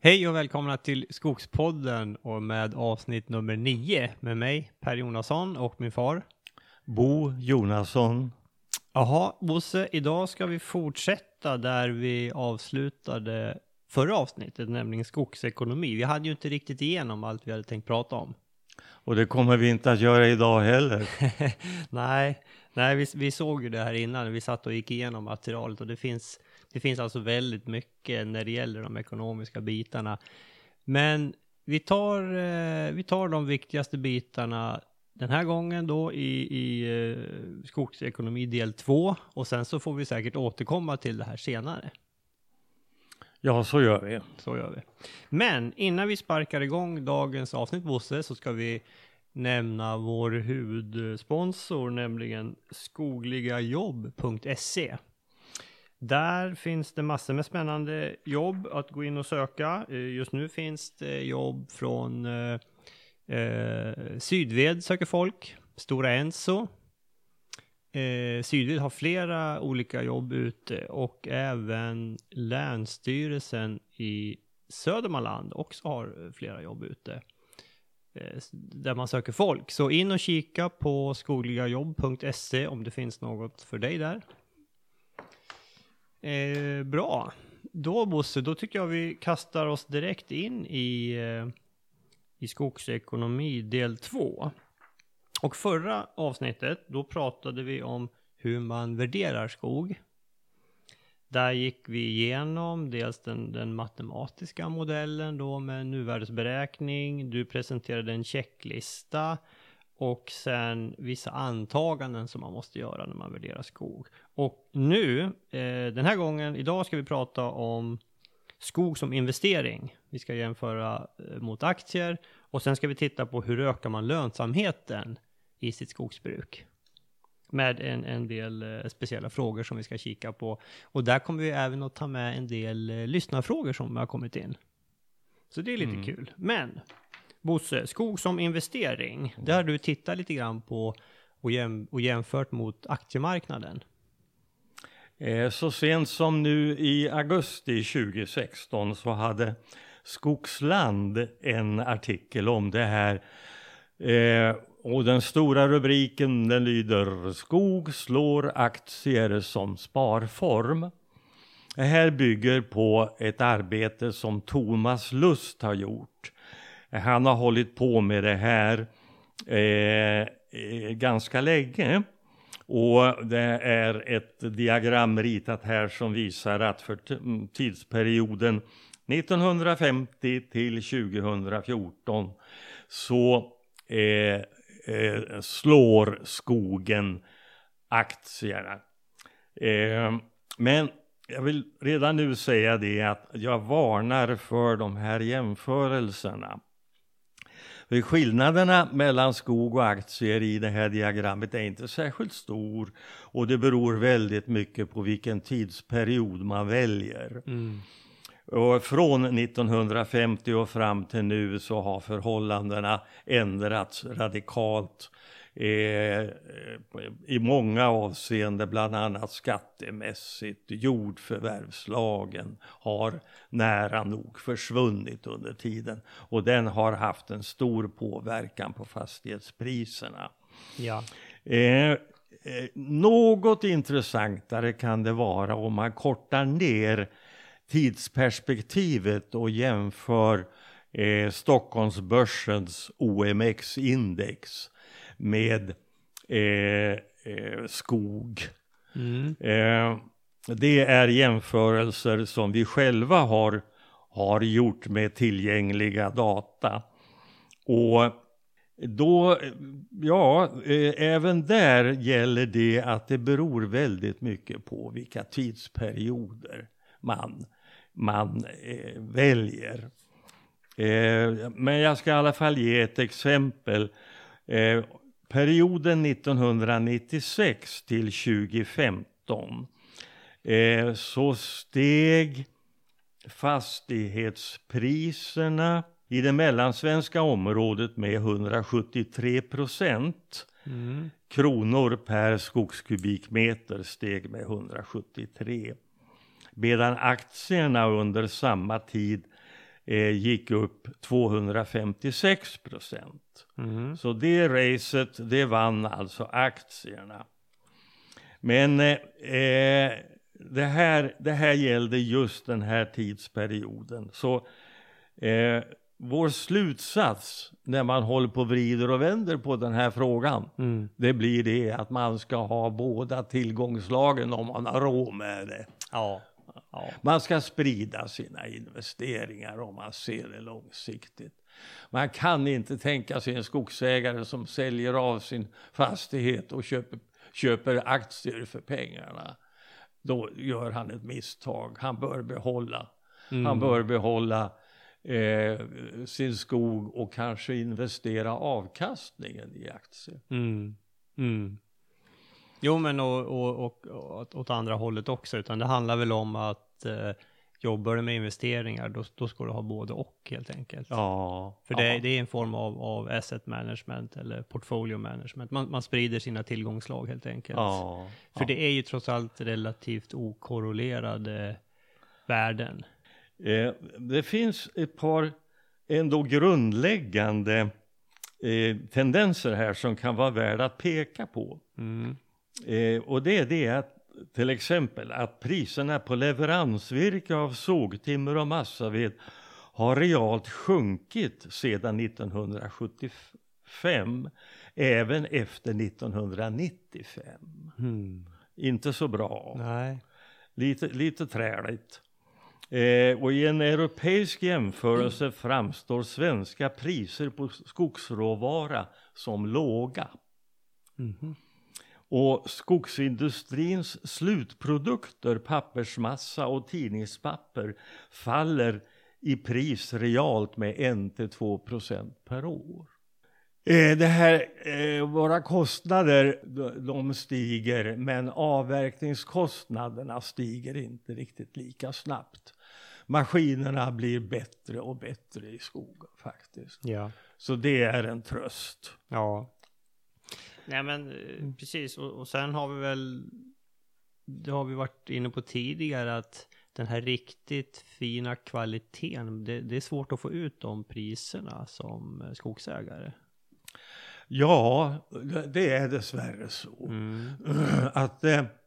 Hej och välkomna till Skogspodden och med avsnitt nummer 9 med mig Per Jonasson och min far Bo Jonasson. Jaha, Bosse, idag ska vi fortsätta där vi avslutade förra avsnittet, nämligen skogsekonomi. Vi hade ju inte riktigt igenom allt vi hade tänkt prata om. Och det kommer vi inte att göra idag heller. Nej, vi såg ju det här innan. Vi satt och gick igenom materialet och det finns alltså väldigt mycket när det gäller de ekonomiska bitarna. Men vi tar de viktigaste bitarna den här gången då i skogsekonomi del 2. Och sen så får vi säkert återkomma till det här senare. Ja, så gör vi. Så gör vi. Men innan vi sparkar igång dagens avsnitt, Bosse, så ska vi nämna vår huvudsponsor, nämligen skogligajobb.se. Där finns det massor med spännande jobb att gå in och söka. Just nu finns det jobb från Sydved söker folk, Stora Enso. Sydved har flera olika jobb ute och även Länsstyrelsen i Södermanland också har flera jobb ute där man söker folk. Så in och kika på skogligajobb.se om det finns något för dig där. Bra. Då Bosse, då tycker jag vi kastar oss direkt in i skogsekonomi del 2. Och förra avsnittet, då pratade vi om hur man värderar skog. Där gick vi igenom dels den matematiska modellen då med nuvärdesberäkning. Du presenterade en checklista och sen vissa antaganden som man måste göra när man värderar skog. Och nu, den här gången, idag ska vi prata om skog som investering. Vi ska jämföra mot aktier och sen ska vi titta på hur ökar man lönsamheten i sitt skogsbruk. Med en del speciella frågor som vi ska kika på. Och där kommer vi även att ta med en del lyssnarfrågor som har kommit in. Så det är lite kul. Men Bosse, skog som investering, där har du tittat lite grann på och jämfört mot aktiemarknaden. Så sent som nu i augusti 2016 så hade Skogsland en artikel om det här. Och den stora rubriken den lyder: Skog slår aktier som sparform. Det här bygger på ett arbete som Thomas Lust har gjort. Han har hållit på med det här ganska länge. Och det är ett diagram ritat här som visar att för tidsperioden 1950 till 2014 så slår skogen aktierna. Men jag vill redan nu säga det att jag varnar för de här jämförelserna. För skillnaderna mellan skog och aktier i det här diagrammet är inte särskilt stor. Och det beror väldigt mycket på vilken tidsperiod man väljer. Och från 1950 och fram till nu så har förhållandena ändrats radikalt i många avseenden, bland annat skattemässigt. Jordförvärvslagen har nära nog försvunnit under tiden och den har haft en stor påverkan på fastighetspriserna. Ja. Något intressantare kan det vara om man kortar ner tidsperspektivet och jämför Stockholmsbörsens OMX-index med skog. Det är jämförelser som vi själva har gjort med tillgängliga data. Och då, även där gäller det att det beror väldigt mycket på vilka tidsperioder man väljer. Men jag ska i alla fall ge ett exempel. Perioden 1996 till 2015 så steg fastighetspriserna i det mellansvenska området med 173%. Kronor per skogskubikmeter steg med 173. Medan aktierna under samma tid gick upp 256%. Så det racet, det vann alltså aktierna. Men det här gällde just den här tidsperioden. Så vår slutsats när man håller på och vrider och vänder på den här frågan, det blir det att man ska ha båda tillgångslagen om man har råd med det. Ja. Man ska sprida sina investeringar om man ser det långsiktigt. Man kan inte tänka sig en skogsägare som säljer av sin fastighet och köper aktier för pengarna. Då gör han ett misstag. Han bör behålla sin skog och kanske investera avkastningen i aktier. Jo, men och åt andra hållet också, utan det handlar väl om att jobbar du med investeringar, då ska du ha både och helt enkelt. För det är en form av asset management eller portfolio management. Man sprider sina tillgångslag helt enkelt. För det är ju trots allt relativt okorrelerade värden. Det finns ett par ändå grundläggande tendenser här som kan vara värda att peka på. Och det är det att till exempel att priserna på leveransvirke av sågtimmer och massaved har realt sjunkit sedan 1975, även efter 1995. Inte så bra. Nej. Lite träligt. Och i en europeisk jämförelse framstår svenska priser på skogsråvara som låga. Och skogsindustrins slutprodukter, pappersmassa och tidningspapper, faller i pris realt med 1-2% per år. Våra kostnader, de stiger, men avverkningskostnaderna stiger inte riktigt lika snabbt. Maskinerna blir bättre och bättre i skogen faktiskt. Ja. Så det är en tröst. Ja. Nej, men precis, och sen har vi väl, det har vi varit inne på tidigare, att den här riktigt fina kvaliteten, det är svårt att få ut de priserna som skogsägare. Ja, det är dessvärre så. Att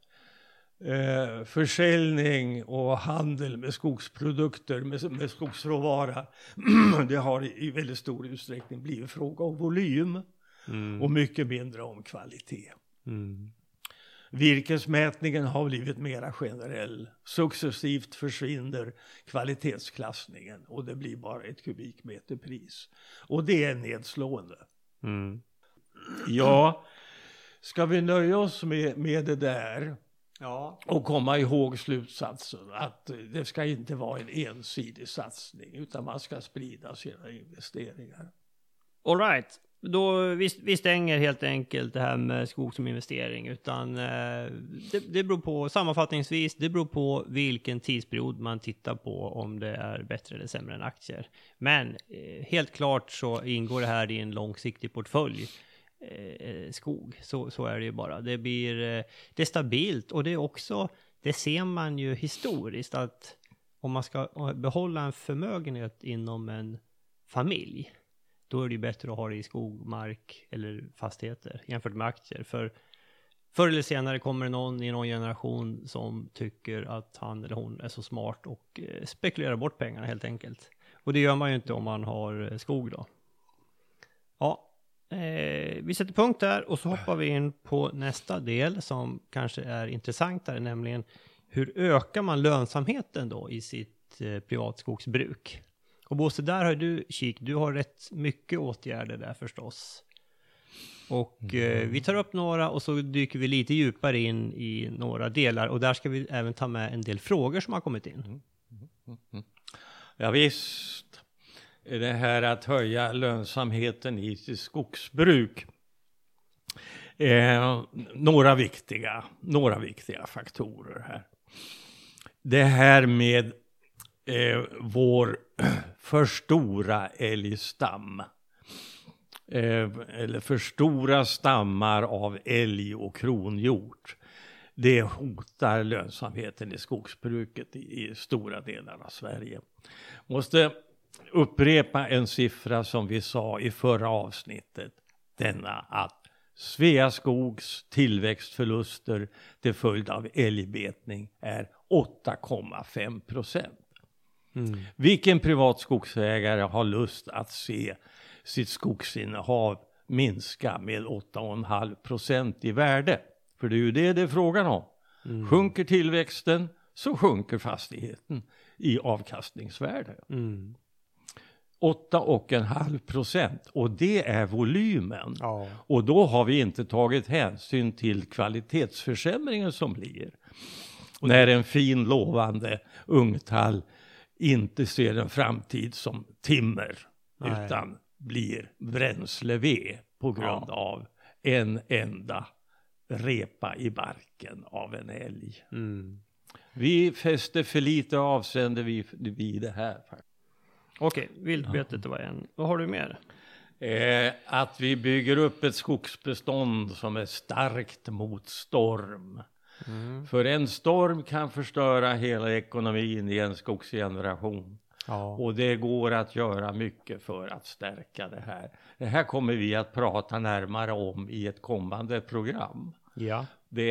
försäljning och handel med skogsprodukter, med skogsråvara, det har i väldigt stor utsträckning blivit fråga om volym. Och mycket mindre om kvalitet. Virkesmätningen har blivit mera generell. Successivt försvinner kvalitetsklassningen och det blir bara ett kubikmeterpris. Och det är nedslående. Ja, ska vi nöja oss med det där? Ja. Och komma ihåg slutsatsen att det ska inte vara en ensidig satsning, utan man ska sprida sina investeringar. All right. Då vi stänger helt enkelt det här med skog som investering, utan det beror på, sammanfattningsvis, det beror på vilken tidsperiod man tittar på, om det är bättre eller sämre än aktier. Men helt klart så ingår det här i en långsiktig portfölj skog, så är det ju bara. Det är stabilt, och det är också, det ser man ju historiskt, att om man ska behålla en förmögenhet inom en familj, då är det bättre att ha det i skog, mark eller fastigheter jämfört med aktier. För förr eller senare kommer det någon i någon generation som tycker att han eller hon är så smart och spekulerar bort pengarna helt enkelt. Och det gör man ju inte om man har skog då. Ja, vi sätter punkt där och så hoppar vi in på nästa del som kanske är intressantare, nämligen hur ökar man lönsamheten då i sitt privatskogsbruk? Och Bosse, där har du har rätt mycket åtgärder där förstås. Och vi tar upp några och så dyker vi lite djupare in i några delar. Och där ska vi även ta med en del frågor som har kommit in. Ja visst, det här att höja lönsamheten i sitt skogsbruk. Några viktiga faktorer här. Det här med vår för stora älgstam, eller för stora stammar av älg och kronhjort, det hotar lönsamheten i skogsbruket i stora delar av Sverige. Måste upprepa en siffra som vi sa i förra avsnittet. Denna att Sveaskogs tillväxtförluster till följd av älgbetning är 8,5%. Vilken privat skogsägare har lust att se sitt skogsinnehav minska med 8,5% i värde? För det är ju det är frågan om. Sjunker tillväxten så sjunker fastigheten i avkastningsvärde. 8,5%, och det är volymen. Ja. Och då har vi inte tagit hänsyn till kvalitetsförsämringen som blir. När en fin lovande ungtall inte ser en framtid som timmer. Nej. Utan blir bränsleved på grund av en enda repa i barken av en älg. Vi fäster för lite avseende vid det här. Okej, viltbetet var en. Vad har du mer? Att vi bygger upp ett skogsbestånd som är starkt mot storm. För en storm kan förstöra hela ekonomin i en skogsgeneration. Ja. Och det går att göra mycket för att stärka det här. Det här kommer vi att prata närmare om i ett kommande program. Ja. Det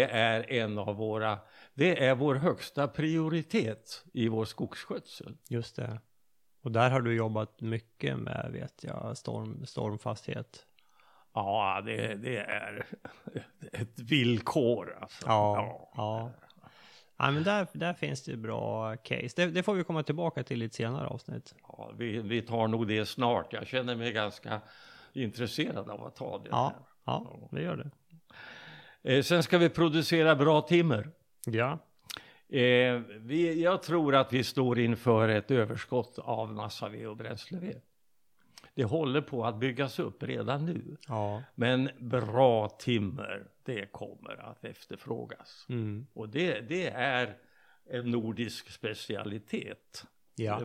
är vår högsta prioritet i vår skogsskötsel. Just det. Och där har du jobbat mycket med, vet jag, stormfasthet. Ja, det är ett villkor. Alltså. Ja, men där finns det bra case. Det får vi komma tillbaka till i ett senare avsnitt. Ja, vi tar nog det snart. Jag känner mig ganska intresserad av att ta det här. Ja, vi gör det. Sen ska vi producera bra timmer. Ja. Jag tror att vi står inför ett överskott av massaved och bränsleved. Det håller på att byggas upp redan nu. Ja. Men bra timmer, det kommer att efterfrågas. Och det är en nordisk specialitet. Ja.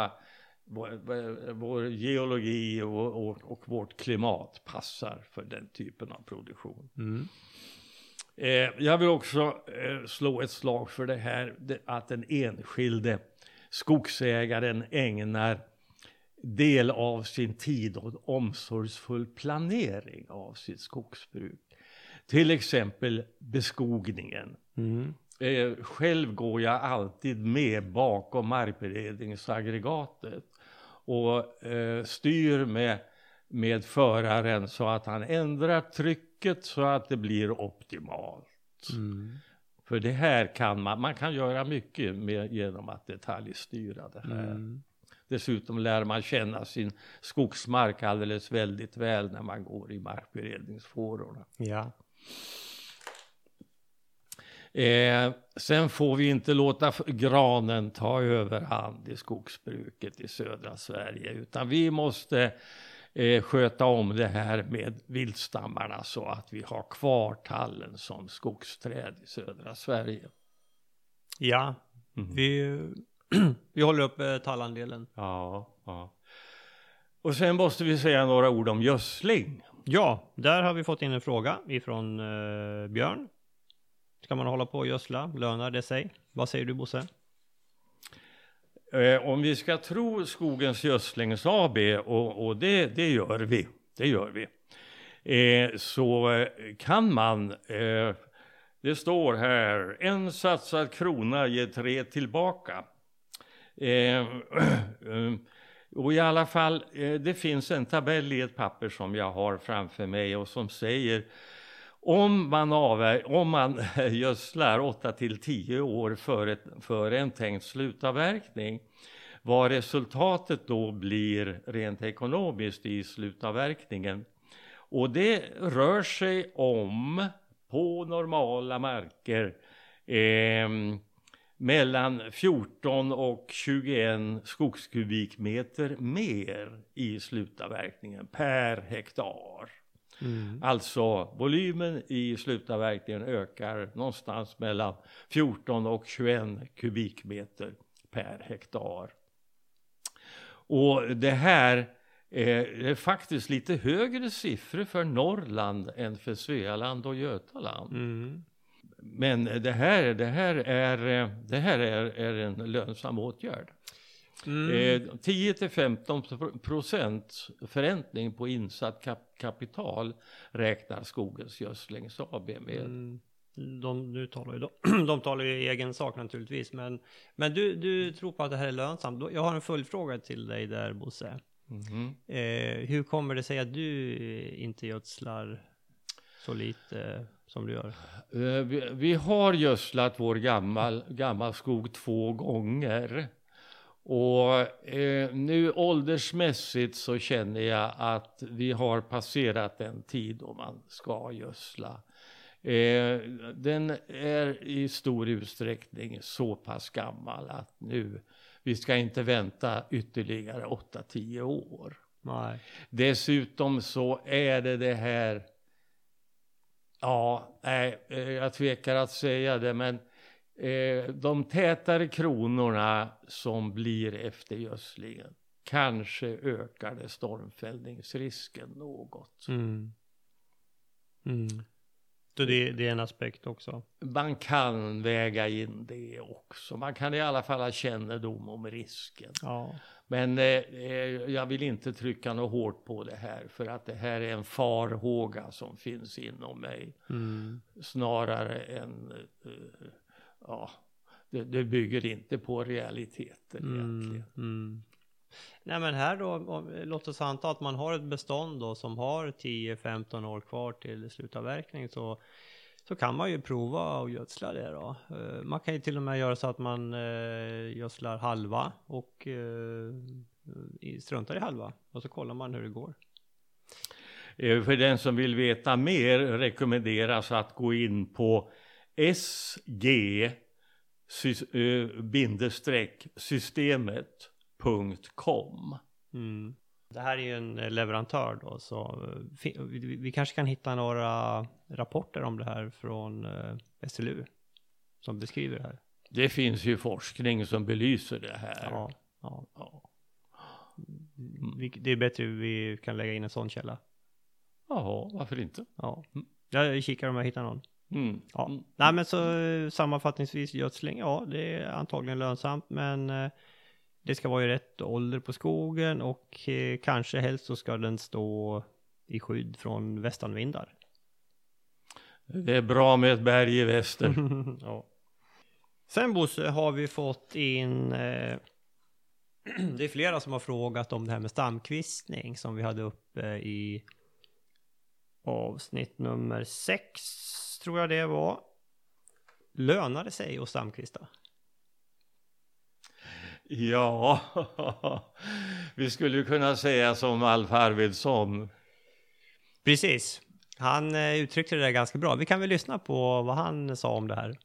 Vår geologi och vårt klimat passar för den typen av produktion. Jag vill också slå ett slag för det här att den enskilde skogsägaren ägnar del av sin tid åt omsorgsfull planering av sitt skogsbruk. Till exempel beskogningen. Själv går jag alltid med bakom markberedningsaggregatet och styr med föraren så att han ändrar trycket så att det blir optimalt. För det här kan man kan göra mycket genom att detaljstyra det här. Dessutom lär man känna sin skogsmark alldeles väldigt väl när man går i markberedningsfårorna. Ja. Sen får vi inte låta granen ta överhand i skogsbruket i södra Sverige, utan vi måste sköta om det här med viltstammarna så att vi har kvar tallen som skogsträd i södra Sverige. Ja, vi håller upp tallandelen. Ja. Och sen måste vi säga några ord om gödsling. Ja, där har vi fått in en fråga ifrån Björn. Ska man hålla på och gödsla? Lönar det sig? Vad säger du, Bosse? Om vi ska tro Skogens Gödslings AB, och det gör vi. Så kan man, det står här, en satsad krona ger 3 tillbaka. Och i alla fall, det finns en tabell i ett papper som jag har framför mig och som säger om man gödslar 8-10 år före en tänkt slutavverkning, vad resultatet då blir rent ekonomiskt i slutavverkningen. Och det rör sig om, på normala marker, mellan 14 och 21 skogskubikmeter mer i slutavverkningen per hektar. Alltså volymen i slutavverkningen ökar någonstans mellan 14 och 21 kubikmeter per hektar. Och det här är faktiskt lite högre siffror för Norrland än för Svealand och Götaland. Men det här är en lönsam åtgärd. 10-15% förräntning på insatt kapital räknar Skogens Gödslings AB med. De talar ju i egen sak naturligtvis, men du tror på att det här är lönsamt. Jag har en följdfråga till dig där, Bosse. Hur kommer det sig att du inte gödslar så lite som du gör? Vi har gödslat vår gammal skog 2 gånger. Och nu åldersmässigt så känner jag att vi har passerat den tid då man ska gödsla. Den är i stor utsträckning så pass gammal att nu vi ska inte vänta ytterligare 8-10 år. Nej. Dessutom så är det här, jag tvekar att säga det, men de tätare kronorna som blir efter gödslingen kanske ökar det stormfällningsrisken något. Så det är en aspekt också. Man kan väga in det också. Man kan i alla fall ha kännedom om risken. Ja. Men jag vill inte trycka något hårt på det här, för att det här är en farhåga som finns inom mig. Snarare än det bygger inte på realiteter egentligen. Nej, men här då, låt oss anta att man har ett bestånd då som har 10-15 år kvar till slutavverkning, så kan man ju prova att gödsla det då. Man kan ju till och med göra så att man gödslar halva och struntar i halva, och så kollar man hur det går. För den som vill veta mer rekommenderas att gå in på sg-systemet.com. Det här är ju en leverantör då, så vi kanske kan hitta några rapporter om det här från SLU som beskriver det här. Det finns ju forskning som belyser det här. Ja. Det är bättre vi kan lägga in en sån källa. Ja, varför inte? Ja. Jag kikar om jag hittar någon. Nej, men så sammanfattningsvis, gödsling, det är antagligen lönsamt, men det ska vara i rätt ålder på skogen, och kanske helst så ska den stå i skydd från västanvindar. Det är bra med ett berg i väster. Ja. Sen, Bosse, har vi fått in det är flera som har frågat om det här med stamkvistning som vi hade uppe i avsnitt nummer 6, tror jag det var. Lönar det sig att stamkvista? Ja, vi skulle kunna säga som Alf Arvidsson. Precis, han uttryckte det där ganska bra. Vi kan väl lyssna på vad han sa om det här.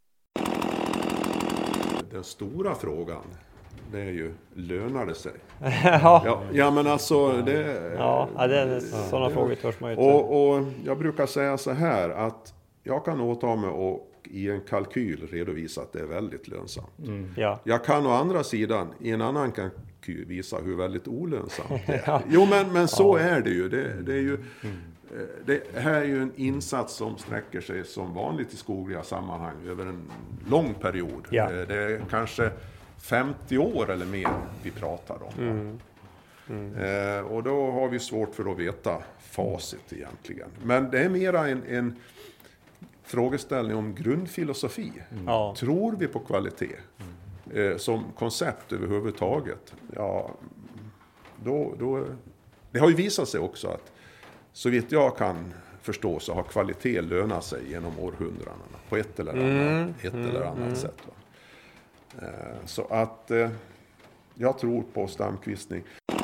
Den stora frågan, det är ju, lönar det sig? Ja, men alltså det är sådana frågor törs man ju inte. Och jag brukar säga så här, att jag kan åta mig och i en kalkyl redovisa att det är väldigt lönsamt. Ja. Jag kan å andra sidan i en annan kalkyl visa hur väldigt olönsamt det är. Jo, men så är det ju. Det är ju det här är ju en insats som sträcker sig som vanligt i skogliga sammanhang över en lång period. Ja. Det är kanske 50 år eller mer vi pratar om. Och då har vi svårt för att veta facit egentligen. Men det är mera en frågeställning om grundfilosofi. Tror vi på kvalitet som koncept överhuvudtaget? Ja, då det har ju visat sig också att, så vitt jag kan förstå, så har kvalitet lönat sig genom århundradena på ett eller annat sätt. Va? Så att jag tror på stamkvistning.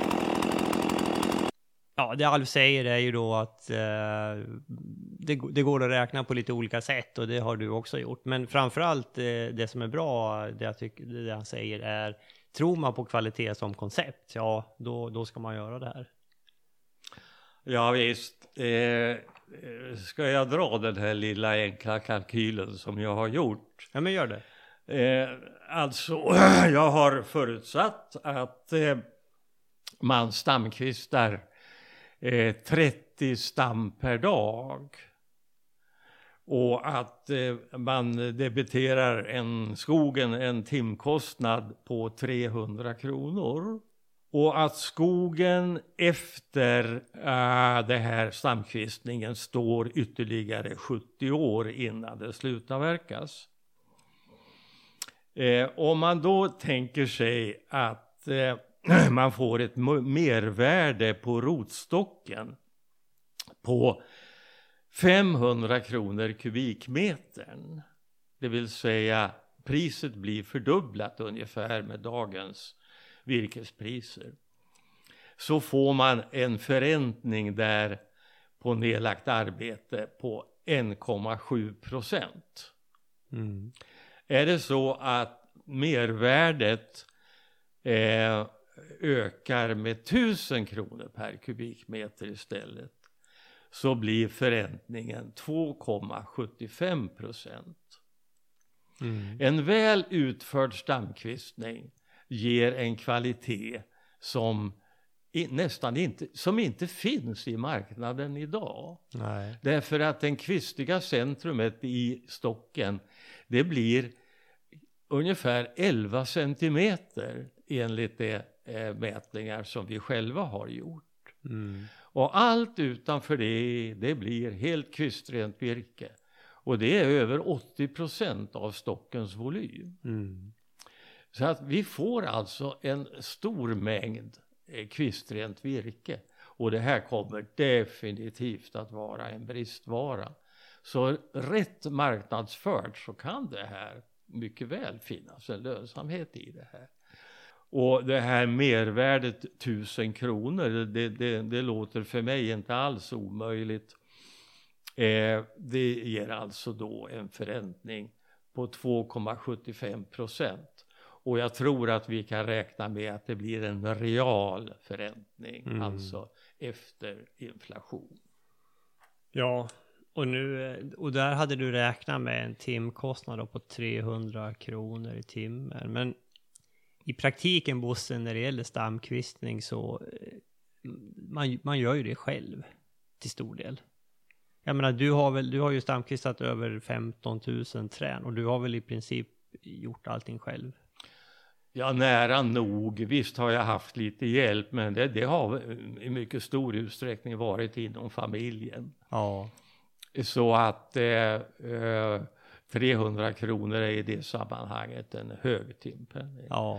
Ja, det Alf säger är ju då att det går att räkna på lite olika sätt, och det har du också gjort. Men framförallt det som är bra, det han säger är, tror man på kvalitet som koncept, ja då ska man göra det här. Ja, visst. Ska jag dra den här lilla enkla kalkylen som jag har gjort? Ja, men gör det. Alltså, jag har förutsatt att man stamkvistar 30 stam per dag. och att man debiterar skogen en timkostnad på 300 kronor. Och att skogen efter det här stamkvistningen står ytterligare 70 år innan det slutavverkas. Om man då tänker sig att man får ett mervärde på rotstocken på 500 kronor kubikmetern. Det vill säga priset blir fördubblat ungefär med dagens virkespriser. Så får man en förräntning där på nedlagt arbete på 1,7%. Mm. Är det så att mervärdet ökar med 1000 kronor per kubikmeter istället, så blir förräntningen 2,75%. Mm. En väl utförd stamkvistning ger en kvalitet som som inte finns i marknaden idag. Nej. Därför att den kvistiga centrumet i stocken, det blir ungefär 11 centimeter enligt de mätningar som vi själva har gjort. Mm. Och allt utanför det blir helt kvistrent virke. Och det är över 80% av stockens volym. Mm. Så att vi får alltså en stor mängd kvistrent virke. Och det här kommer definitivt att vara en bristvara. Så rätt marknadsfört så kan det här mycket väl finnas en lönsamhet i det här. Och det här mervärdet 1000 kronor, det låter för mig inte alls omöjligt. Det ger alltså då en förräntning på 2,75%. Och jag tror att vi kan räkna med att det blir en real förräntning, alltså efter inflation. Ja, och där hade du räknat med en timkostnad på 300 kronor i timmen. Men i praktiken, Bosse, när det gäller stamkvistning så man gör ju det själv till stor del. Jag menar, du har ju stamkvistat över 15 000 trän och du har väl i princip gjort allting själv? Ja, nära nog. Visst har jag haft lite hjälp, men det har i mycket stor utsträckning varit inom familjen. Ja. Så att 300 kronor är i det sammanhanget en hög timpenning. Ja.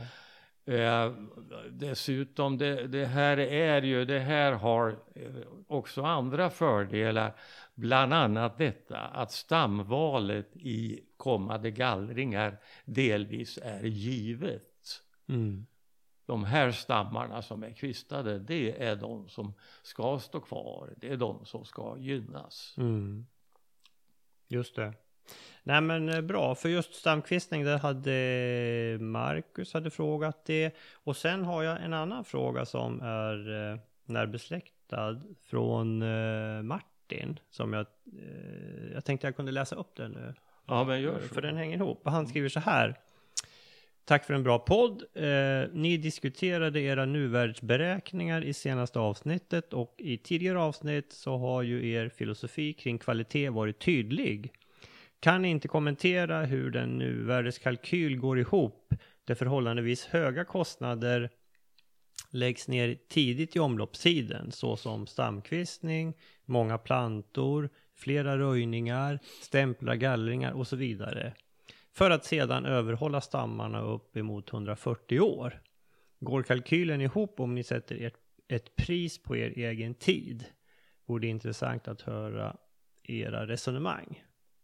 Dessutom det här har också andra fördelar, bland annat detta att stamvalet i kommande gallringar delvis är givet. Mm. De här stammarna som är kvistade, det är de som ska stå kvar, det är de som ska gynnas. Mm. Just det. Nej, men bra, för just stamkvistning där hade Marcus frågat det. Och sen har jag en annan fråga som är närbesläktad från Martin, som jag tänkte jag kunde läsa upp den nu. Ja, men gör så. För den hänger ihop. Han skriver så här: tack för en bra podd. Ni diskuterade era nuvärdesberäkningar i senaste avsnittet, och i tidigare avsnitt så har ju er filosofi kring kvalitet varit tydlig. Kan ni inte kommentera hur den nuvärdeskalkyl går ihop där förhållandevis höga kostnader läggs ner tidigt i omloppstiden, såsom stamkvistning, många plantor, flera röjningar, stämplar, gallringar och så vidare, för att sedan överhålla stammarna upp emot 140 år. Går kalkylen ihop om ni sätter ett pris på er egen tid? Vore det intressant att höra era resonemang.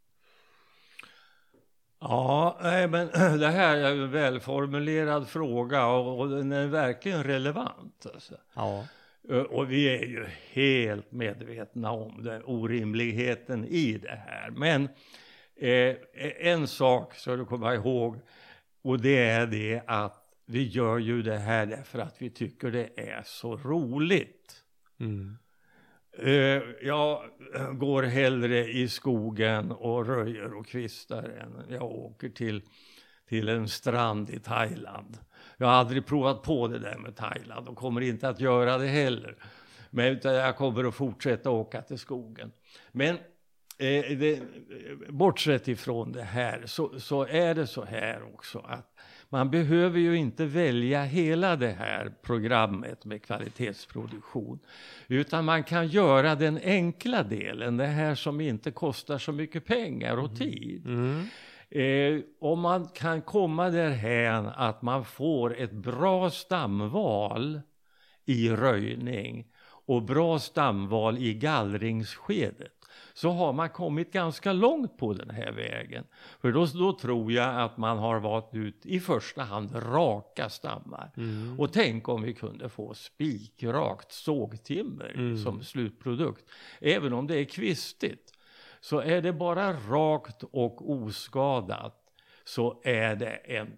Ja, men det här är en välformulerad fråga och den är verkligen relevant. Alltså. Ja. Och vi är ju helt medvetna om den orimligheten i det här. Men en sak ska du komma ihåg, och det är det att vi gör ju det här därför att vi tycker det är så roligt. Mm. Jag går hellre i skogen och röjer och kvistar än jag åker till en strand i Thailand. Jag har aldrig provat på det där med Thailand och kommer inte att göra det heller. Men jag kommer att fortsätta åka till skogen. Men bortsett ifrån det här så är det så här också att man behöver ju inte välja hela det här programmet med kvalitetsproduktion, utan man kan göra den enkla delen, det här som inte kostar så mycket pengar och tid. Om man kan komma därhän att man får ett bra stamval i röjning och bra stamval i gallringsskedet, så har man kommit ganska långt på den här vägen. För då tror jag att man har valt ut i första hand raka stammar. Och tänk om vi kunde få spikrakt sågtimmer som slutprodukt. Även om det är kvistigt, så är det bara rakt och oskadat, så är det en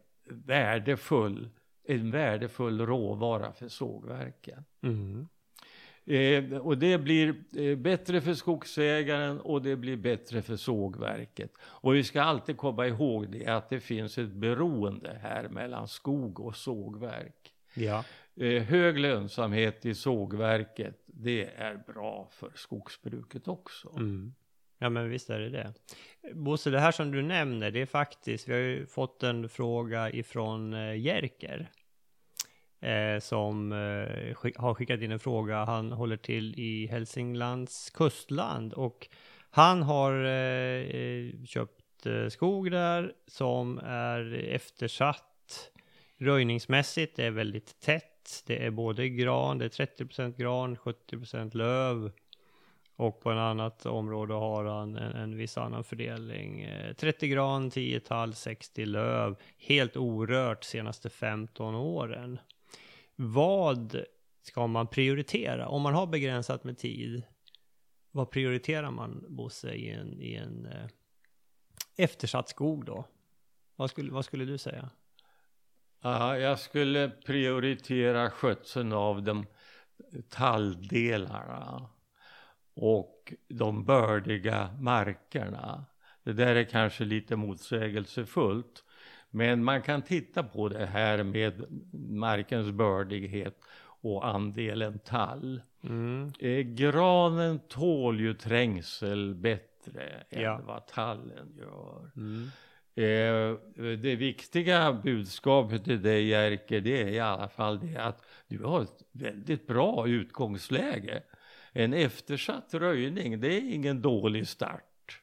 värdefull råvara för sågverken. Och det blir bättre för skogsägaren och det blir bättre för sågverket. Och vi ska alltid komma ihåg det, att det finns ett beroende här mellan skog och sågverk. Ja. Hög lönsamhet i sågverket, det är bra för skogsbruket också. Ja, men visst är det. Bosse, det här som du nämner, det är faktiskt, vi har ju fått en fråga ifrån Jerker. Som har skickat in en fråga. Han håller till i Hälsinglands kustland och han har köpt skog där som är eftersatt röjningsmässigt. Det är väldigt tätt. Det är både gran, det är 30% gran, 70% löv. Och på en annat område har han en viss annan fördelning. 30 gran, 10 tall, 60 löv. Helt orört senaste 15 åren. Vad ska man prioritera? Om man har begränsat med tid, vad prioriterar man, Bosse, i en eftersatt skog då? Vad skulle du säga? Jag skulle prioritera skötseln av de talldelarna och de bördiga markerna. Det där är kanske lite motsägelsefullt. Men man kan titta på det här med markens bördighet och andelen tall. Granen tål ju trängsel bättre än vad tallen gör. Det viktiga budskapet till dig, Jerker, det är i alla fall det att du har ett väldigt bra utgångsläge. En eftersatt röjning, det är ingen dålig start.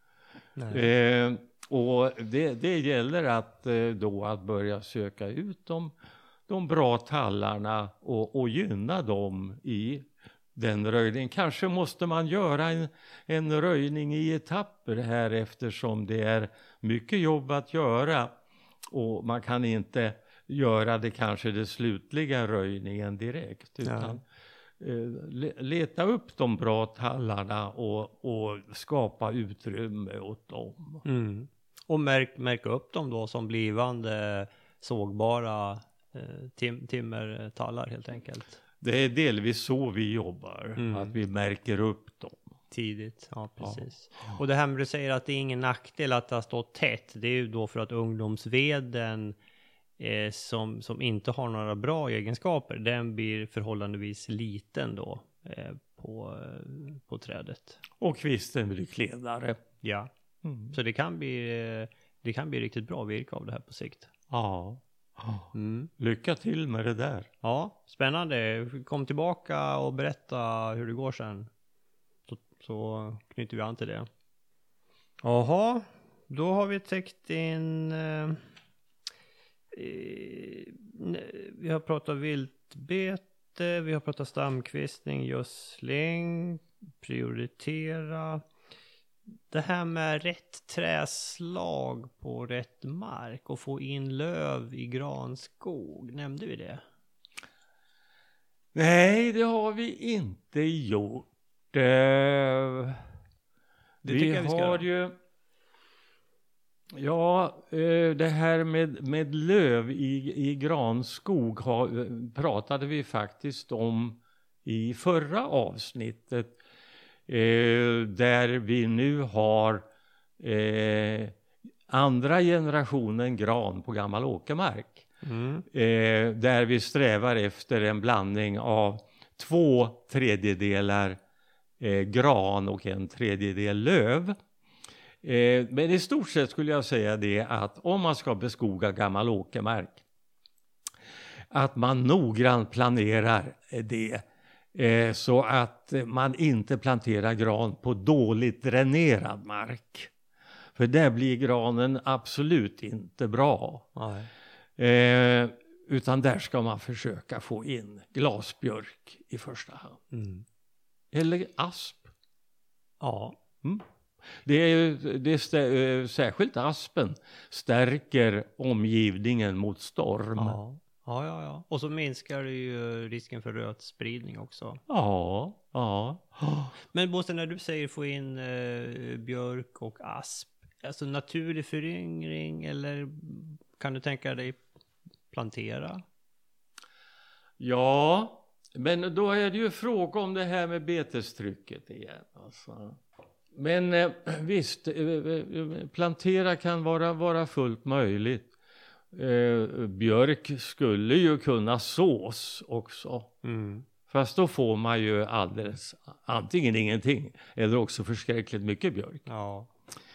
Och det gäller att börja söka ut de bra tallarna och gynna dem i den röjningen. Kanske måste man göra en röjning i etapper här, eftersom det är mycket jobb att göra. Och man kan inte göra det kanske det slutliga röjningen direkt, utan leta upp de bra tallarna och skapa utrymme åt dem. Och märka upp dem då som blivande sågbara timmertallar helt enkelt. Det är delvis så vi jobbar, att vi märker upp dem. Tidigt, ja precis. Och det här med du säger att det är ingen nackdel att det har stått tätt, det är ju då för att ungdomsveden som inte har några bra egenskaper, den blir förhållandevis liten då på trädet. Och kvisten blir klenare. Ja, så det kan bli riktigt bra virke av det här på sikt. Ja. Lycka till med det där. Ja, spännande. Kom tillbaka och berätta hur det går sen. Så knyter vi an till det. Jaha, då har vi täckt in... vi har pratat viltbete, vi har pratat stamkvistning, gödsling, prioritera. Det här med rätt träslag på rätt mark och få in löv i granskog, nämnde vi det? Nej, det har vi inte gjort. Det tycker jag vi ska har ju... Ja, det här med löv i granskog pratade vi faktiskt om i förra avsnittet. Där vi nu har andra generationen gran på gammal åkermark. Där vi strävar efter en blandning av 2/3 gran och 1/3 löv. Men i stort sett skulle jag säga det att om man ska beskoga gammal åkermark, att man noggrant planerar det så att man inte planterar gran på dåligt dränerad mark. För där blir granen absolut inte bra. Utan där ska man försöka få in glasbjörk i första hand. Mm. Eller asp. Ja. Särskilt aspen stärker omgivningen mot storm. Ja. Och så minskar det ju risken för rötspridning också. Ja. Men Bosse, när du säger få in björk och asp, alltså naturlig föryngring, eller kan du tänka dig plantera? Ja, men då är det ju fråga om det här med betestrycket igen. Alltså. Men visst, plantera kan vara fullt möjligt. Björk skulle ju kunna sås också. Fast då får man ju antingen ingenting eller också förskräckligt mycket björk. Ja.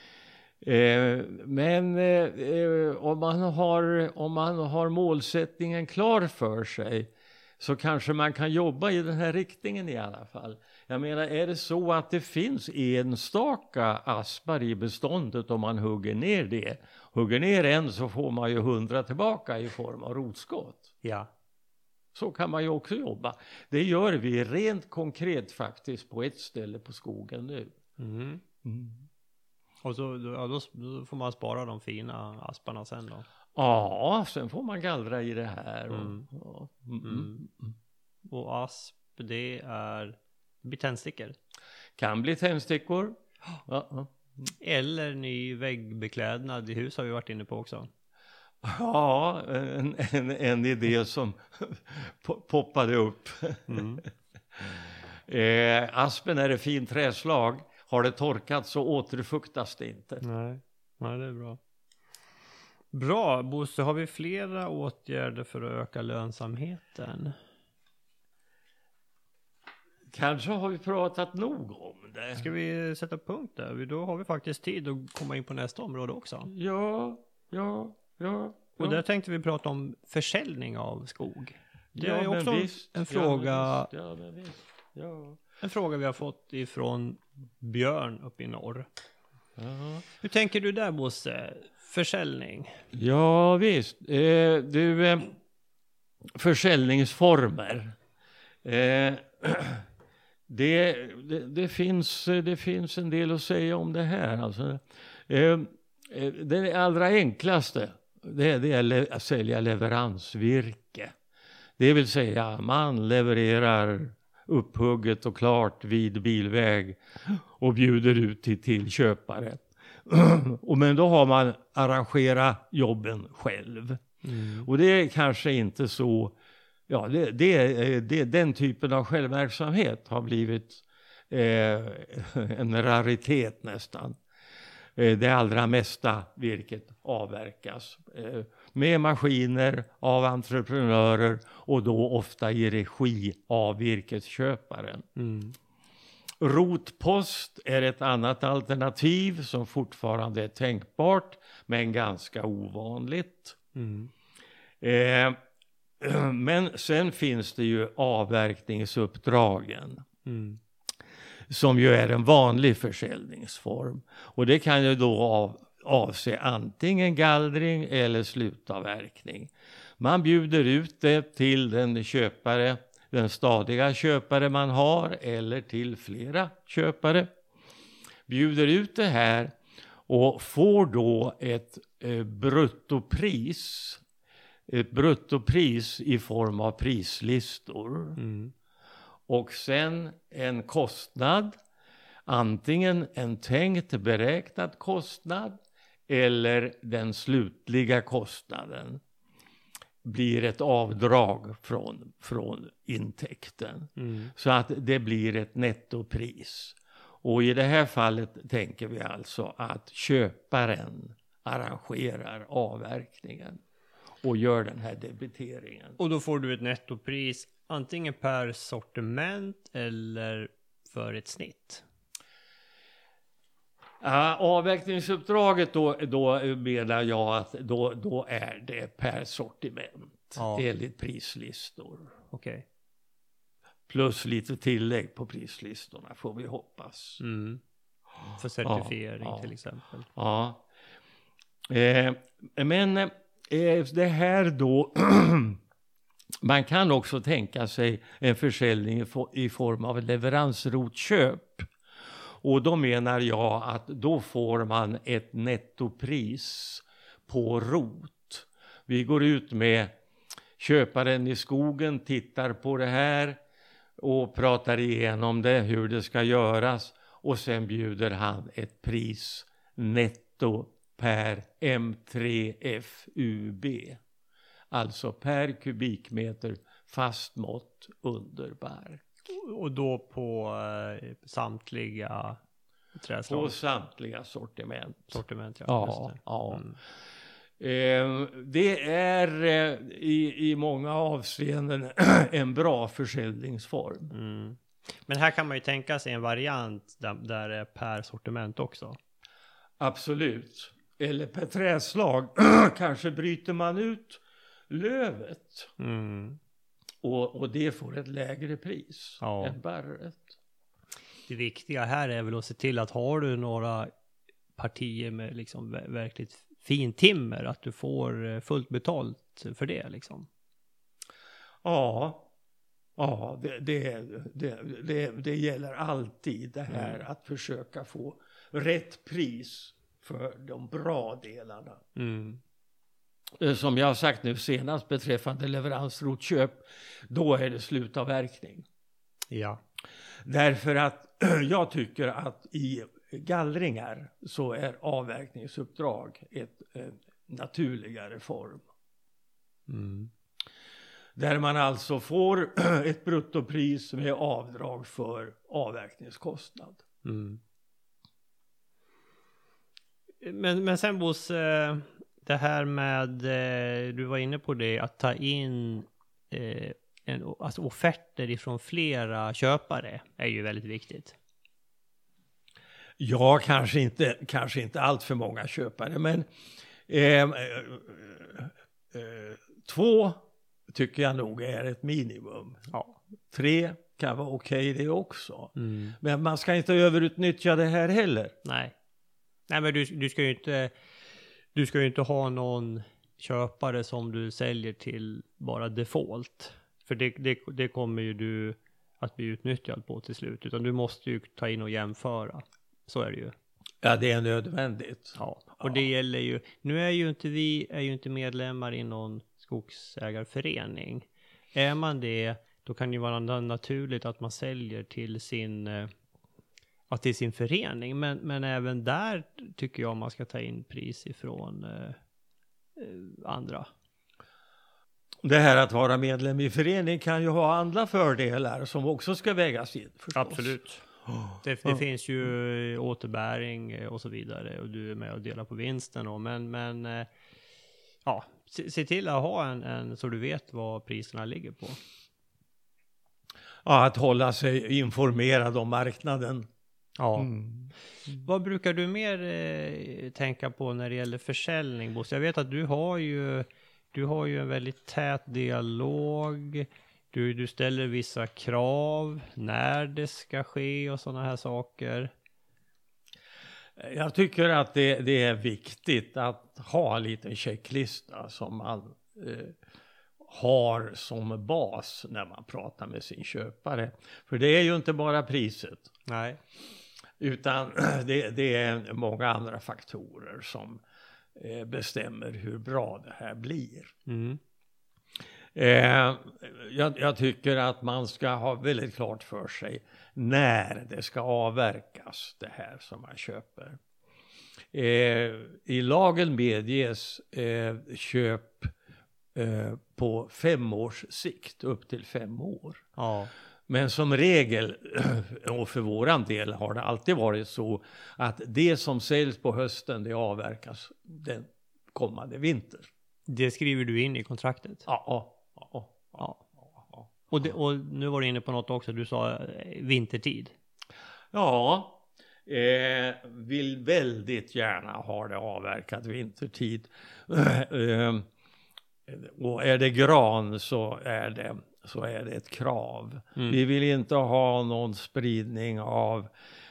Men om man har målsättningen klar för sig, så kanske man kan jobba i den här riktningen i alla fall. Jag menar, är det så att det finns enstaka aspar i beståndet, om man hugger ner en, så får man ju 100 tillbaka i form av rotskott. Ja. Så kan man ju också jobba. Det gör vi rent konkret faktiskt på ett ställe på skogen nu. Och så då får man spara de fina asparna sen då? Ja, sen får man gallra i det här. Och asp, det blir tändstickor. Kan bli tändstickor. Eller ny väggbeklädnad i hus har vi varit inne på också. Ja, en idé som poppade upp. Aspen är ett fint träslag. Har det torkat så återfuktas det inte. Nej, det är bra. Bra, Bosse, har vi flera åtgärder för att öka lönsamheten? Kanske har vi pratat nog om det. Ska vi sätta punkt där? Då har vi faktiskt tid att komma in på nästa område också. Ja. Och där tänkte vi prata om försäljning av skog. Det är också en fråga. En fråga vi har fått ifrån Björn uppe i norr. Hur tänker du där, Bosse? Försäljning? Ja, visst. Försäljningsformer. Det finns en del att säga om det här. Alltså, det allra enklaste, det är att sälja leveransvirke. Det vill säga, man levererar upphugget och klart vid bilväg och bjuder ut till köpare. Men då har man arrangerat jobben själv. Och det är kanske inte så. Ja, den typen av självverksamhet har blivit en raritet nästan. Det allra mesta virket avverkas med maskiner av entreprenörer, och då ofta i regi av virkesköparen. Rotpost är ett annat alternativ som fortfarande är tänkbart, men ganska ovanligt. Men sen finns det ju avverkningsuppdragen. Som ju är en vanlig försäljningsform. Och det kan ju då avse antingen gallring eller slutavverkning. Man bjuder ut det till den stadiga köpare man har, eller till flera köpare. Bjuder ut det här och får då ett bruttopris. Ett bruttopris i form av prislistor. Och sen en kostnad, antingen en tänkt beräknad kostnad eller den slutliga kostnaden, blir ett avdrag från intäkten. Så att det blir ett nettopris. Och i det här fallet tänker vi alltså att köparen arrangerar avverkningen och gör den här debiteringen. Och då får du ett nettopris antingen per sortiment eller för ett snitt? Avverkningsuppdraget då menar jag att då är det per sortiment enligt prislistor. Okej. Plus lite tillägg på prislistorna får vi hoppas. För certifiering till exempel. Ja. Men det här då man kan också tänka sig en försäljning i form av leveransrotköp. Och då menar jag att då får man ett nettopris på rot. Vi går ut med köparen i skogen, tittar på det här och pratar igenom det, hur det ska göras. Och sen bjuder han ett pris netto per M3FUB. Alltså per kubikmeter fast mått under bark. Och då på samtliga träslag? På samtliga sortiment. Sortiment, ja. Det är i många avseenden en bra försäljningsform. Men här kan man ju tänka sig en variant där det är per sortiment också. Absolut. Eller per träslag. Kanske bryter man ut lövet. Och det får ett lägre pris än barret. Det viktiga här är väl att se till att har du några partier med liksom verkligt fin timmer, att du får fullt betalt för det liksom. Ja, det gäller alltid det här att försöka få rätt pris för de bra delarna. Som jag har sagt nu senast beträffande leveransrotköp, då är det slutavverkning. Ja. Därför att jag tycker att i gallringar så är avverkningsuppdrag ett naturligare form. Där man alltså får ett bruttopris med avdrag för avverkningskostnad. Men sen Bosse, det här med, du var inne på det, att ta in alltså offerter ifrån flera köpare är ju väldigt viktigt. Ja, kanske inte allt för många köpare, men 2 tycker jag nog är ett minimum. 3 kan vara okej det också. Men man ska inte överutnyttja det här heller. Nej, men du ska ju inte ha någon köpare som du säljer till bara default. För det kommer ju du att bli utnyttjad på till slut. Utan du måste ju ta in och jämföra. Så är det ju. Ja, det är nödvändigt. Ja, och det gäller ju. Nu är ju inte vi inte medlemmar i någon skogsägarförening. Är man det, då kan det ju vara naturligt att man säljer till sin förening. Men även där tycker jag man ska ta in pris ifrån andra. Det här att vara medlem i förening kan ju ha andra fördelar som också ska vägas in förstås. Absolut. Det finns ju återbäring och så vidare, och du är med och delar på vinsten. Men ja, se till att ha en så du vet vad priserna ligger på. Ja, att hålla sig informerad om marknaden. Ja. Vad brukar du mer tänka på när det gäller försäljning, Bosse? Jag vet att du har ju en väldigt tät dialog. Du ställer vissa krav när det ska ske och sådana här saker. Jag tycker att det är viktigt att ha en liten checklista som man har som bas när man pratar med sin köpare. För det är ju inte bara priset. Nej. Utan det är många andra faktorer som bestämmer hur bra det här blir. Jag tycker att man ska ha väldigt klart för sig när det ska avverkas, det här som man köper. I lagen medges köp på 5 års sikt, upp till 5 år. Ja. Men som regel, och för våran del har det alltid varit så att det som säljs på hösten, det avverkas den kommande vinter. Det skriver du in i kontraktet? Ja. Och nu var du inne på något också, du sa vintertid. Ja, vill väldigt gärna ha det avverkat vintertid. Och är det gran så är det ett krav. Vi vill inte ha någon spridning av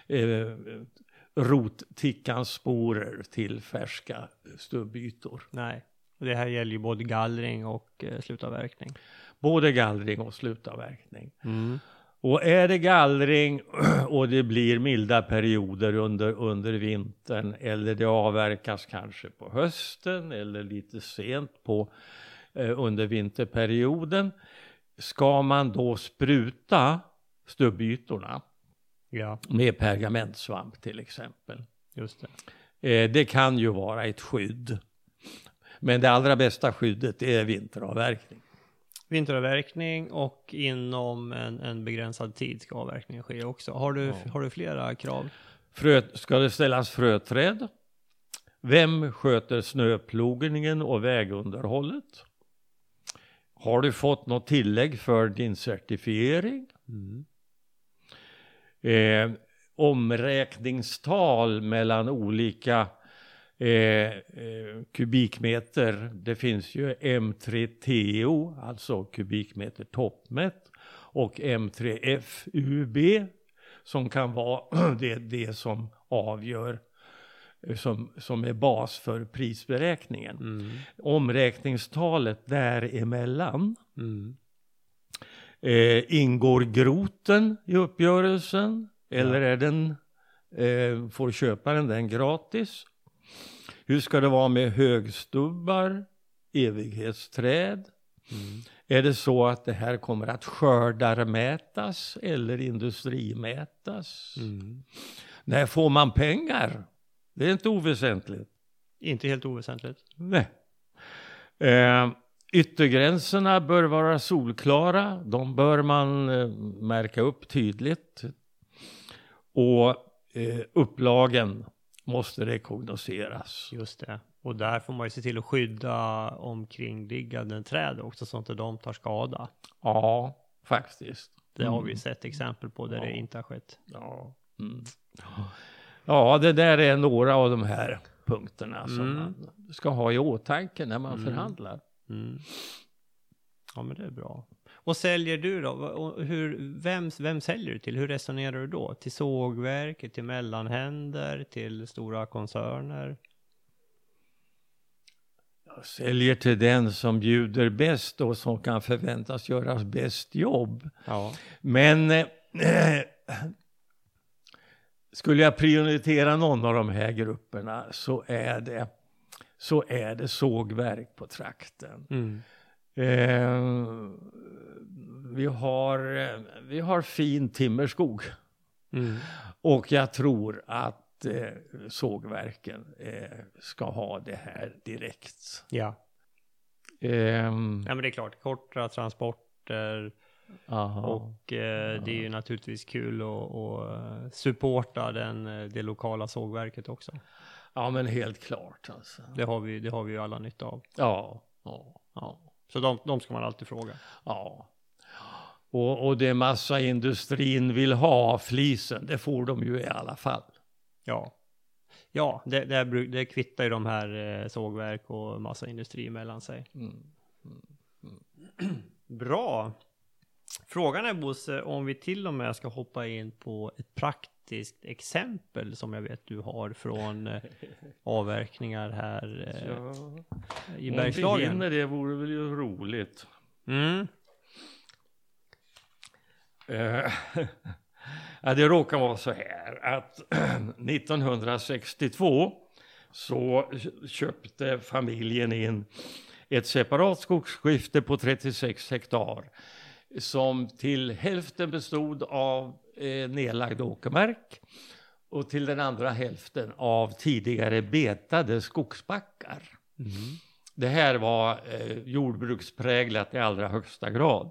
rottickans sporer till färska stubbytor. Nej, och det här gäller ju både gallring och slutavverkning. Både gallring och slutavverkning. Och är det gallring och det blir milda perioder under vintern, eller det avverkas kanske på hösten eller lite sent under vinterperioden, ska man då spruta stubbytorna med pergamentsvamp till exempel. Just det. Det kan ju vara ett skydd. Men det allra bästa skyddet är vinteravverkning. Vinteravverkning, och inom en begränsad tid ska avverkningen ske också. Har du flera krav? Ska det ställas fröträd? Vem sköter snöplogningen och vägunderhållet? Har du fått något tillägg för din certifiering? Omräkningstal mellan olika kubikmeter. Det finns ju M3TO, alltså kubikmeter toppmätt, och M3FUB som kan vara det som avgör, som är bas för prisberäkningen. Omräkningstalet däremellan. Ingår groten i uppgörelsen, eller är den får köparen den gratis? Hur ska det vara med högstubbar, evighetsträd? Är det så att det här kommer att skördarmätas eller industrimätas? När får man pengar? Det är inte oväsentligt. Inte helt oväsentligt. Nej. Yttergränserna bör vara solklara. De bör man märka upp tydligt. Och upplagen måste rekognoseras. Just det. Och där får man ju se till att skydda omkringliggande träd också, så att de tar skada. Ja, faktiskt. Det har vi sett exempel på där det inte har skett. Ja, det där är några av de här punkterna som man ska ha i åtanke när man förhandlar. Ja, men det är bra. Och säljer du då? Vem säljer du till? Hur resonerar du då? Till sågverk, till mellanhänder, till stora koncerner? Jag säljer till den som bjuder bäst och som kan förväntas göra bäst jobb. Ja. Men skulle jag prioritera någon av de här grupperna så är det sågverk på trakten. Vi har fin timmerskog. Och jag tror att sågverken ska ha det här direkt. Ja. Ja, men det är klart, korta transporter. Och det är ju naturligtvis kul att supporta det lokala sågverket också. Ja, men helt klart alltså. Det har vi ju alla nytta av. Ja. Så de ska man alltid fråga. Ja. Och det massaindustrin vill ha, flisen, det får de ju i alla fall. Ja, det kvittar ju de här sågverk och massaindustri mellan sig. Bra. Frågan är, Bosse, om vi till och med ska hoppa in på ett praktiskt exempel som jag vet du har från avverkningar här i Bergslagen. Om vi hinner, det vore väl ju roligt. Ja, det råkar vara så här att 1962 så köpte familjen in ett separat skogsskifte på 36 hektar som till hälften bestod av nedlagd åkermark och till den andra hälften av tidigare betade skogsbackar. Det här var jordbrukspräglat i allra högsta grad.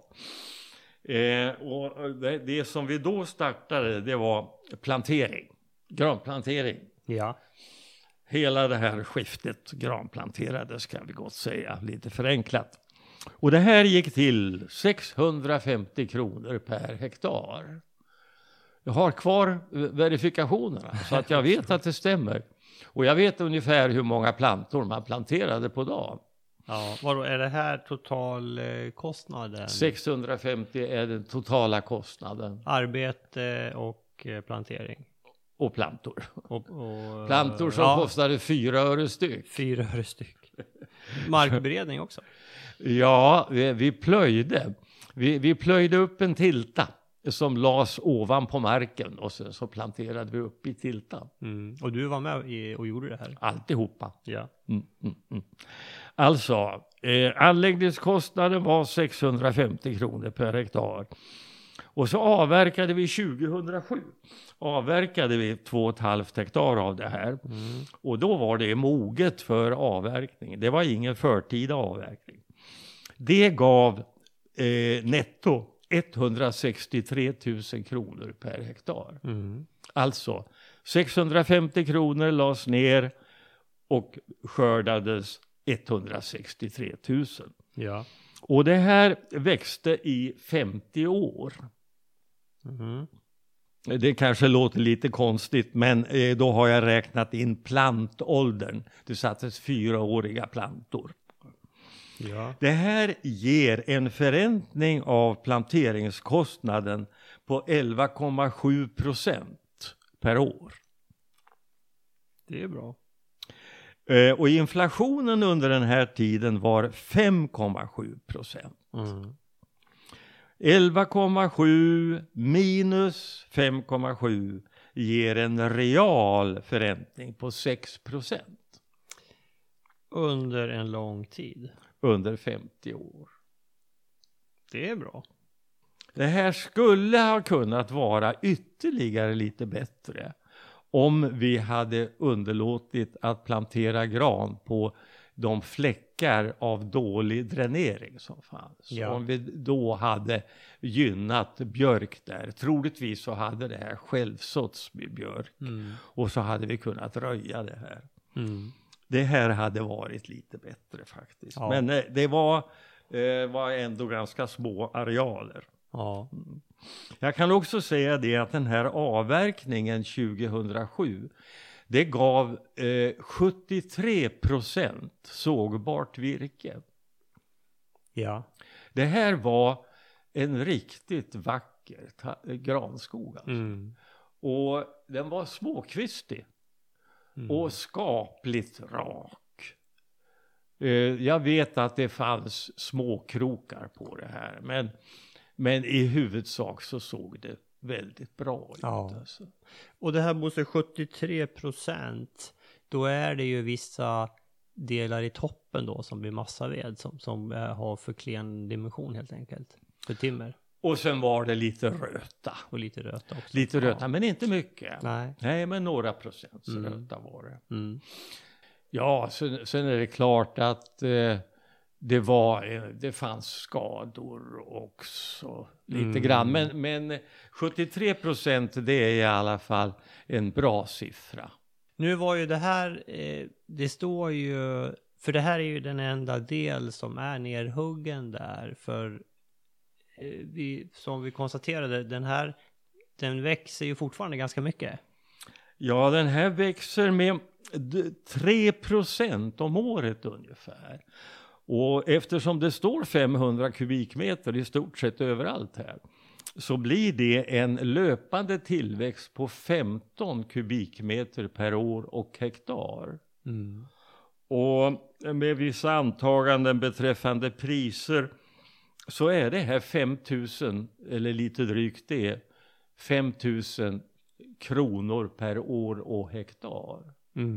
Och det som vi då startade, det var plantering, granplantering. Ja. Hela det här skiftet granplanterades, kan vi gott säga, lite förenklat. Och det här gick till 650 kronor per hektar. Jag har kvar verifikationerna så att jag vet att det stämmer. Och jag vet ungefär hur många plantor man planterade på dagen. Ja, vadå, är det här totalkostnaden? 650 är den totala kostnaden. Arbete och plantering. Och plantor. Och Plantor som kostade 4 öre styck. 4 öre styck. Markberedning också. Ja, vi plöjde. Vi plöjde upp en tilta som lades ovan på marken och sen så planterade vi upp i tilta. Och du var med och gjorde det här? Alltihopa. Ja. Alltså, anläggningskostnaden var 650 kronor per hektar. Och så avverkade vi 2007. Avverkade vi 2,5 hektar av det här. Och då var det moget för avverkning. Det var ingen förtida avverkning. Det gav netto 163 000 kronor per hektar. Alltså 650 kronor lades ner och skördades 163 000. Ja. Och det här växte i 50 år. Det kanske låter lite konstigt, men då har jag räknat in plantåldern. Det sattes 4-åriga plantor. Ja. Det här ger en förräntning av planteringskostnaden på 11,7% per år. Det är bra. Och inflationen under den här tiden var 5,7%. 11,7 minus 5,7 ger en real förräntning på 6%. Under en lång tid. Under 50 år. Det är bra. Det här skulle ha kunnat vara ytterligare lite bättre om vi hade underlåtit att plantera gran på de fläckar av dålig dränering som fanns. Ja. Om vi då hade gynnat björk där, troligtvis så hade det här självsåtts med björk. Och så hade vi kunnat röja det här. Det här hade varit lite bättre faktiskt. Ja. Men det var ändå ganska små arealer. Ja. Jag kan också säga det att den här avverkningen 2007, det gav 73% sågbart virke. Ja. Det här var en riktigt vacker granskog. Alltså. Och den var småkvistig och skapligt rak. Jag vet att det fanns småkrokar på det här, men i huvudsak så såg det väldigt bra ut. Ja. Alltså. Och det här Bosse, 73%, då är det ju vissa delar i toppen då som blir massaved som har för klen dimension helt enkelt. För timmer. Och sen var det lite röta. Och lite röta också. Lite röta, men inte mycket. Nej, men några procent röta var det. Ja, sen är det klart att det fanns skador också lite grann. Men 73% det är i alla fall en bra siffra. Nu var ju det här, det står ju, för det här är ju den enda del som är nerhuggen där. För som vi konstaterade, den växer ju fortfarande ganska mycket. Ja, den här växer med 3% om året ungefär. Och eftersom det står 500 kubikmeter i stort sett överallt här, så blir det en löpande tillväxt på 15 kubikmeter per år och hektar. Och med vissa antaganden beträffande priser så är det här 5 000 eller lite drygt det 5 000 kronor per år och hektar.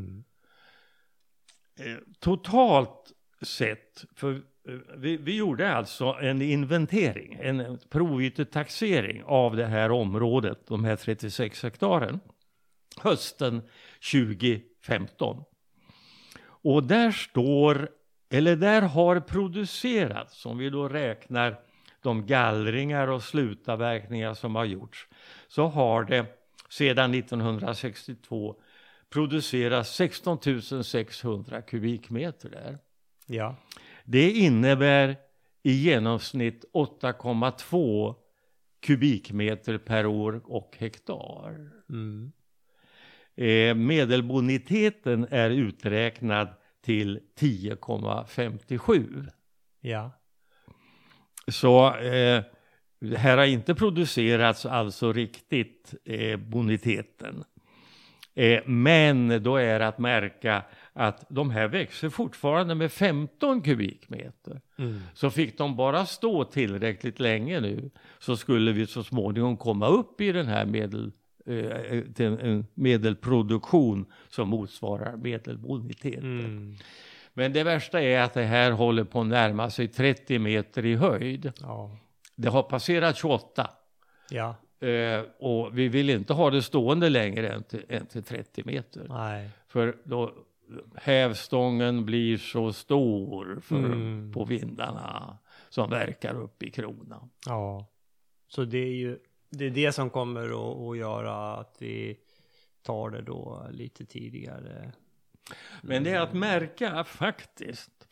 Totalt sett, för vi gjorde alltså en inventering, en provytetaxering av det här området, de här 36 hektaren, hösten 2015. Och där har producerats, om vi då räknar de gallringar och slutavverkningar som har gjorts, så har det sedan 1962 producerats 16 600 kubikmeter där. Ja. Det innebär i genomsnitt 8,2 kubikmeter per år och hektar. Mm. Medelboniteten är uträknad till 10,57. Ja. Så det här har inte producerats alltså riktigt boniteten. Men då är att märka att de här växer fortfarande med 15 kubikmeter. Mm. Så fick de bara stå tillräckligt länge nu, så skulle vi så småningom komma upp i den här till en medelproduktion som motsvarar medelboniteten. Mm. Men det värsta är att det här håller på att närma sig 30 meter i höjd. Ja. Det har passerat 28. Ja. Och vi vill inte ha det stående längre än till 30 meter. Nej. För då hävstången blir så stor på vindarna som verkar upp i kronan. Ja. Så det är det som kommer att göra att vi tar det då lite tidigare. Men det är att märka faktiskt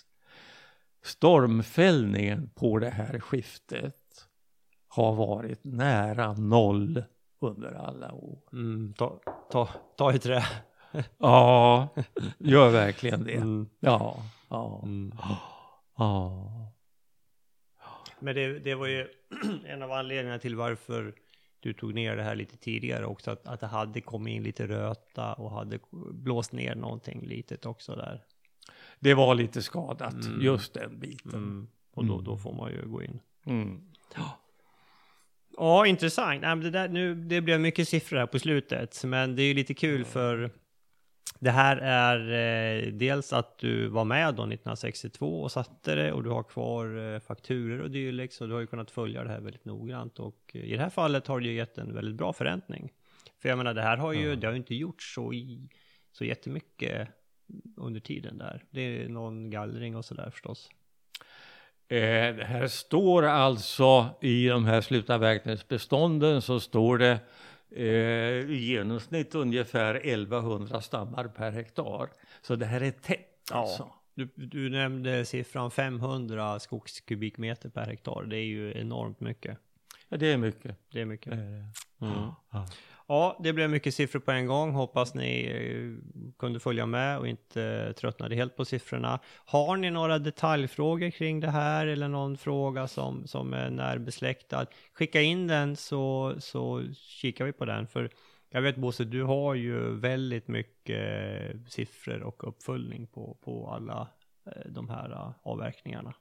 stormfällningen på det här skiftet har varit nära 0 under alla år. Mm, ta i trä. Ja, gör verkligen det. Mm. Ja. Mm. Ja. Men det var ju en av anledningarna till varför du tog ner det här lite tidigare också. Att det hade kommit in lite röta och hade blåst ner någonting litet också där. Det var lite skadat, just den biten. Mm. Och då får man ju gå in. Mm. Ja, intressant. Det blev mycket siffror här på slutet. Men det är ju lite kul för det här är dels att du var med då 1962 och satte det. Och du har kvar fakturer och dylikt. Så du har ju kunnat följa det här väldigt noggrant. Och i det här fallet har det ju gett en väldigt bra förräntning. För jag menar, det här har ju, det har ju inte gjorts så jättemycket under tiden där. Det är någon gallring och sådär förstås. Det här står alltså i de här slutavverkningsbestånden, så står det i genomsnitt ungefär 1100 stammar per hektar. Så det här är tätt alltså. Du nämnde siffran 500 skogskubikmeter per hektar. Det är ju enormt mycket. Ja, det är mycket. Det är mycket. Ja. Ja, det blev mycket siffror på en gång. Hoppas ni kunde följa med och inte tröttnade helt på siffrorna. Har ni några detaljfrågor kring det här eller någon fråga som är närbesläktad? Skicka in den så kikar vi på den. För jag vet, Bosse, du har ju väldigt mycket siffror och uppföljning på alla de här avverkningarna.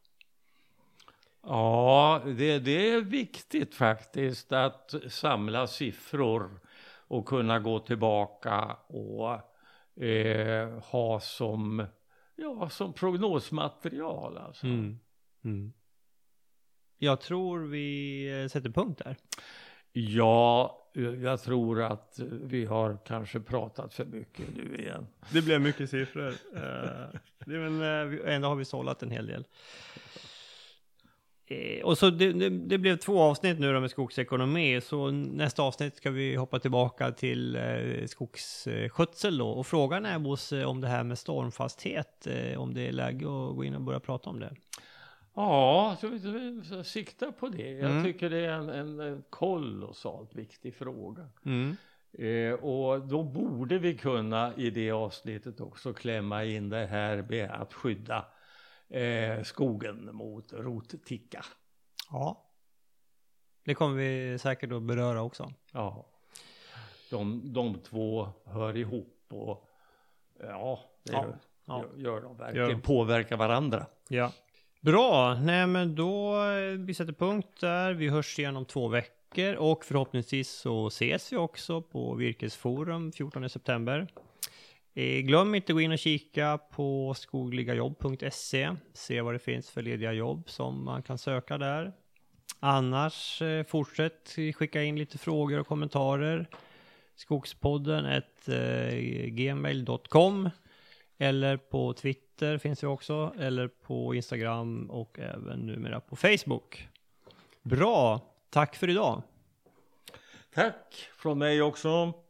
Ja, det är viktigt faktiskt att samla siffror och kunna gå tillbaka och ha som prognosmaterial. Alltså. Jag tror vi sätter punkt där. Ja, jag tror att vi har kanske pratat för mycket nu igen. Det blev mycket siffror. Men ändå har vi sållat en hel del. Och så det blev 2 avsnitt nu då med skogsekonomi. Så nästa avsnitt ska vi hoppa tillbaka till skogsskötsel då. Och frågan är, Bosse, om det här med stormfasthet. Om det är läge att gå in och börja prata om det. Ja, så vi siktar på det. Jag tycker det är en kolossalt viktig fråga. Och då borde vi kunna i det avsnittet också klämma in det här med att skydda skogen mot rotticka. Ja. Det kommer vi säkert att beröra också. Ja. De två hör ihop och gör de verkligen påverkar varandra. Ja. Bra, nej men då vi sätter punkt där. Vi hörs igen om 2 veckor och förhoppningsvis så ses vi också på Virkesforum 14 september. Glöm inte att gå in och kika på skogligajobb.se. Se vad det finns för lediga jobb som man kan söka där. Annars fortsätt skicka in lite frågor och kommentarer. Skogspodden @gmail.com eller på Twitter finns vi också, eller på Instagram och även numera på Facebook. Bra, tack för idag. Tack från mig också.